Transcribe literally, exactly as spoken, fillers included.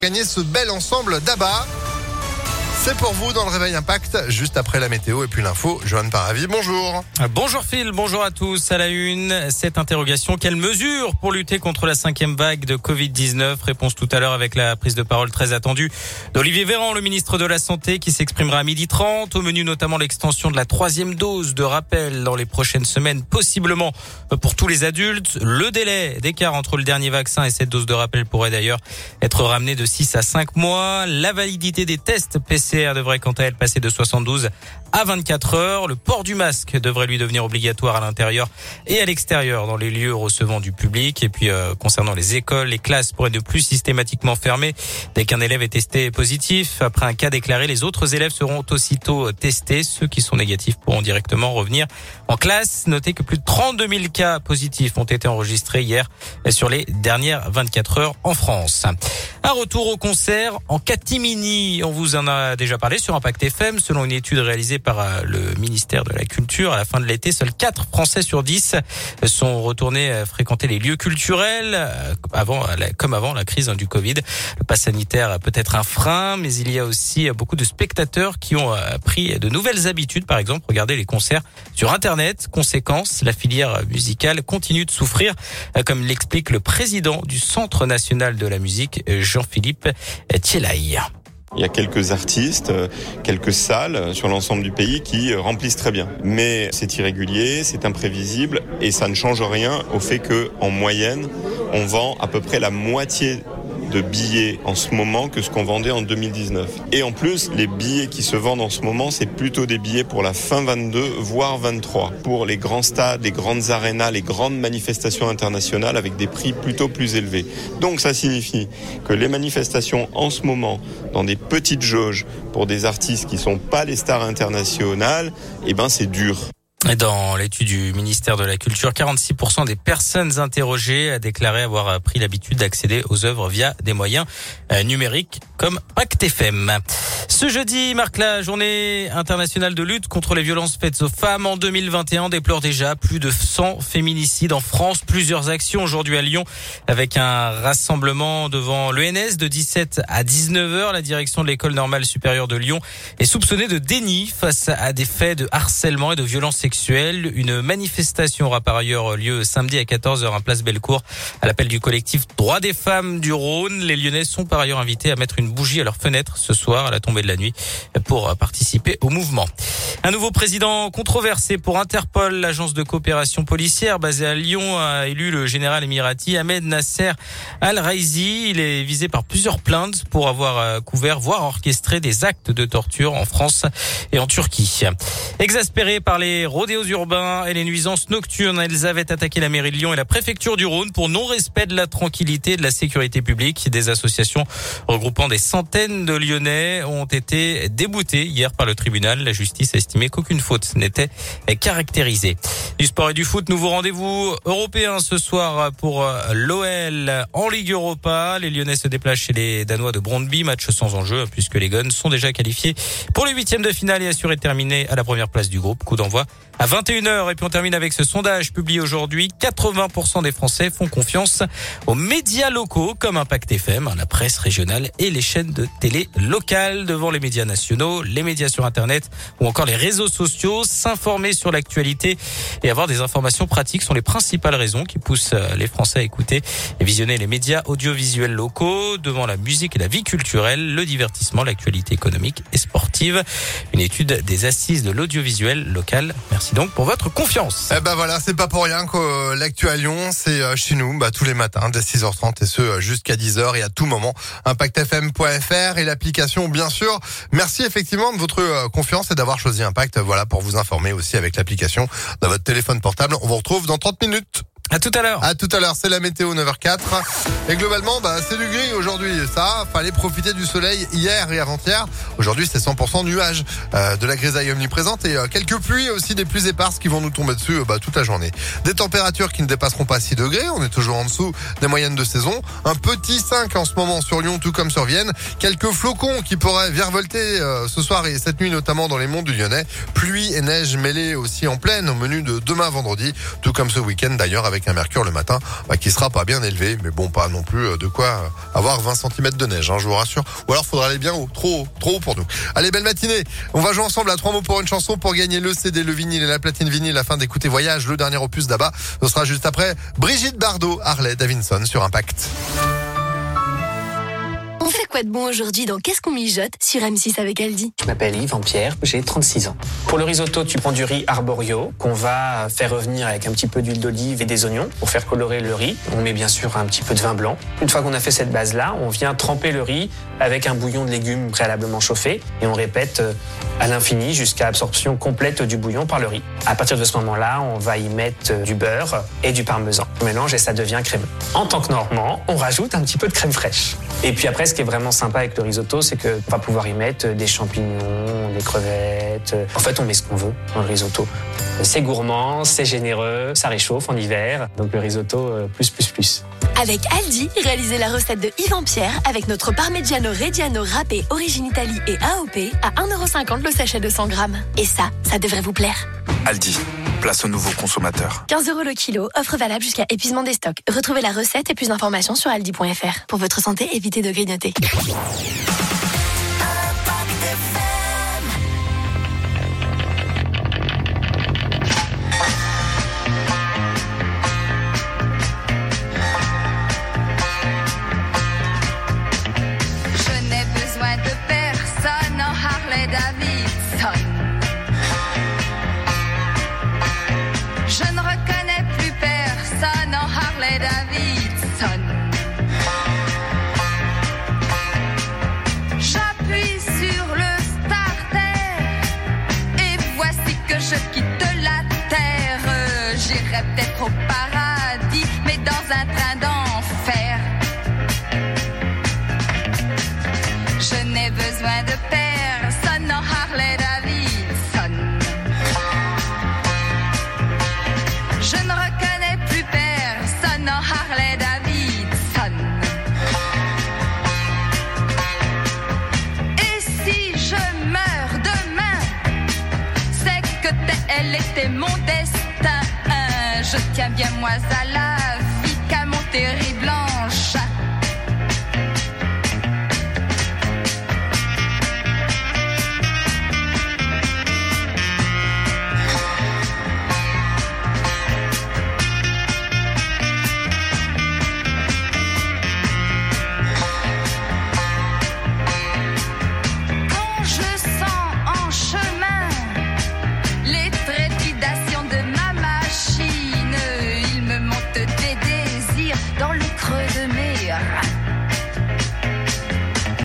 Gagner ce bel ensemble d'Abba. C'est pour vous dans le Réveil Impact, juste après la météo et puis l'info. Johan Paravi, bonjour. Bonjour Phil, bonjour à tous. À la une, cette interrogation, quelles mesures pour lutter contre la cinquième vague de covid dix-neuf? Réponse tout à l'heure avec la prise de parole très attendue d'Olivier Véran, le ministre de la Santé, qui s'exprimera à midi trente. Au menu notamment l'extension de la troisième dose de rappel dans les prochaines semaines, possiblement pour tous les adultes. Le délai d'écart entre le dernier vaccin et cette dose de rappel pourrait d'ailleurs être ramené de six à cinq mois. La validité des tests P C R devrait quant à elle passer de soixante-douze à vingt-quatre heures. Le port du masque devrait lui devenir obligatoire à l'intérieur et à l'extérieur dans les lieux recevant du public. Et puis euh, concernant les écoles, les classes pourraient ne plus systématiquement fermer dès qu'un élève est testé positif. Après un cas déclaré, les autres élèves seront aussitôt testés. Ceux qui sont négatifs pourront directement revenir en classe. Notez que plus de trente-deux mille cas positifs ont été enregistrés hier sur les dernières vingt-quatre heures en France. Un retour au concert en catimini. On vous en a déjà parlé sur Impact F M. Selon une étude réalisée par le ministère de la Culture, à la fin de l'été, seuls quatre Français sur dix sont retournés fréquenter les lieux culturels, avant, comme avant la crise du Covid. Le pass sanitaire peut être un frein, mais il y a aussi beaucoup de spectateurs qui ont pris de nouvelles habitudes. Par exemple, regardez les concerts sur Internet. Conséquence, la filière musicale continue de souffrir, comme l'explique le président du Centre national de la musique, Jean-Philippe Thielaï. Il y a quelques artistes, quelques salles sur l'ensemble du pays qui remplissent très bien. Mais c'est irrégulier, c'est imprévisible et ça ne change rien au fait que, en moyenne, on vend à peu près la moitié de billets en ce moment que ce qu'on vendait en deux mille dix-neuf. Et en plus, les billets qui se vendent en ce moment, c'est plutôt des billets pour la fin vingt-deux, voire vingt-trois. Pour les grands stades, les grandes arénas, les grandes manifestations internationales avec des prix plutôt plus élevés. Donc ça signifie que les manifestations en ce moment, dans des petites jauges, pour des artistes qui sont pas les stars internationales, eh ben c'est dur. Dans l'étude du ministère de la Culture, quarante-six pour cent des personnes interrogées a déclaré avoir pris l'habitude d'accéder aux œuvres via des moyens numériques comme Impact F M. Ce jeudi marque la journée internationale de lutte contre les violences faites aux femmes. En deux mille vingt et un, on déplore déjà plus de cent féminicides en France. Plusieurs actions aujourd'hui à Lyon avec un rassemblement devant l'E N S de dix-sept à dix-neuf heures. La direction de l'école normale supérieure de Lyon est soupçonnée de déni face à des faits de harcèlement et de violences sexuelles. Une manifestation aura par ailleurs lieu samedi à quatorze heures à Place Bellecour à l'appel du collectif Droits des femmes du Rhône. Les Lyonnais sont par ailleurs invités à mettre une bougie à leur fenêtre ce soir à la tombée de la nuit pour participer au mouvement. Un nouveau président controversé pour Interpol. L'agence de coopération policière basée à Lyon a élu le général émirati Ahmed Nasser Al-Raizi. Il est visé par plusieurs plaintes pour avoir couvert, voire orchestré des actes de torture en France et en Turquie. Exaspéré par les rodéos urbains et les nuisances nocturnes, elles avaient attaqué la mairie de Lyon et la préfecture du Rhône pour non-respect de la tranquillité et de la sécurité publique. Des associations regroupant des centaines de Lyonnais ont été déboutées hier par le tribunal. La justice a estimé qu'aucune faute n'était caractérisée. Du sport et du foot, nouveau rendez-vous européen ce soir pour l'O L en Ligue Europa. Les Lyonnais se déplacent chez les Danois de Brøndby, match sans enjeu puisque les Guns sont déjà qualifiés pour les huitièmes de finale et assurés de terminer à la première place du groupe. Coup d'envoi à vingt et une heures. Et puis on termine avec ce sondage publié aujourd'hui. quatre-vingts pour cent des Français font confiance aux médias locaux comme Impact F M, la presse régionale et les chaînes de télé locales devant les médias nationaux, les médias sur Internet ou encore les réseaux sociaux. S'informer sur l'actualité et avoir des informations pratiques sont les principales raisons qui poussent les Français à écouter et visionner les médias audiovisuels locaux devant la musique et la vie culturelle, le divertissement, l'actualité économique et sportive. Une étude des assises de l'audiovisuel local. Merci donc pour votre confiance. Eh ben voilà, c'est pas pour rien que l'actu à Lyon, c'est chez nous, bah, tous les matins, dès six heures trente et ce jusqu'à dix heures et à tout moment. impact f m point f r et l'application, bien sûr. Merci effectivement de votre confiance et d'avoir choisi Impact, voilà, pour vous informer aussi avec l'application dans votre téléphone portable. On vous retrouve dans trente minutes. À tout à l'heure. À tout à l'heure, c'est la météo neuf heures quatre. Et globalement, bah, c'est du gris aujourd'hui. Ça, fallait profiter du soleil hier et avant-hier. Aujourd'hui, c'est cent pour cent nuages, euh, de la grisaille omniprésente et euh, quelques pluies aussi, des pluies éparses qui vont nous tomber dessus euh, bah, toute la journée. Des températures qui ne dépasseront pas six degrés. On est toujours en dessous des moyennes de saison. Un petit cinq en ce moment sur Lyon, tout comme sur Vienne. Quelques flocons qui pourraient virevolter euh, ce soir et cette nuit, notamment dans les monts du Lyonnais. Pluie et neige mêlées aussi en pleine au menu de demain vendredi, tout comme ce week-end d'ailleurs avec avec un mercure le matin bah, qui sera pas bien élevé, mais bon, pas non plus de quoi avoir vingt centimètres de neige, hein, je vous rassure. Ou alors faudra aller bien haut, trop haut, trop haut pour nous. Allez, belle matinée. On va jouer ensemble à trois mots pour une chanson pour gagner le C D, le vinyle et la platine vinyle afin d'écouter Voyage, le dernier opus d'Abba. Ce sera juste après Brigitte Bardot, Harley Davidson sur Impact. On fait quoi de bon aujourd'hui dans Qu'est-ce qu'on mijote sur M six avec Aldi? Je m'appelle Yves Ampierre, j'ai trente-six ans. Pour le risotto, tu prends du riz arborio qu'on va faire revenir avec un petit peu d'huile d'olive et des oignons pour faire colorer le riz. On met bien sûr un petit peu de vin blanc. Une fois qu'on a fait cette base-là, on vient tremper le riz avec un bouillon de légumes préalablement chauffé et on répète à l'infini jusqu'à absorption complète du bouillon par le riz. À partir de ce moment-là, on va y mettre du beurre et du parmesan. On mélange et ça devient crémeux. En tant que normand, on rajoute un petit peu de crème fraîche. Et puis après, ce qui est vraiment sympa avec le risotto, c'est qu'on va pouvoir y mettre des champignons, des crevettes. En fait, on met ce qu'on veut dans le risotto. C'est gourmand, c'est généreux, ça réchauffe en hiver. Donc le risotto, plus, plus, plus. Avec Aldi, réalisez la recette de Yves Ampierre avec notre Parmigiano Reggiano râpé Origine Italie et A O P à un euro cinquante le sachet de cent grammes. Et ça, ça devrait vous plaire. Aldi, place aux nouveaux consommateurs. quinze euros le kilo, offre valable jusqu'à épuisement des stocks. Retrouvez la recette et plus d'informations sur aldi point f r. Pour votre santé, évitez de grignoter. Je ne reconnais plus personne en Harley Davidson. J'appuie sur le starter et voici que je quitte la terre. J'irai peut-être au paradis, mais dans un train d'enfer. Je n'ai besoin de personne en Harley Davidson. Je ne reconnais plus personne en Harley Davidson. Et si je meurs demain, c'est que elle était mon destin. Je tiens bien moi à la vie qu'à mon terrible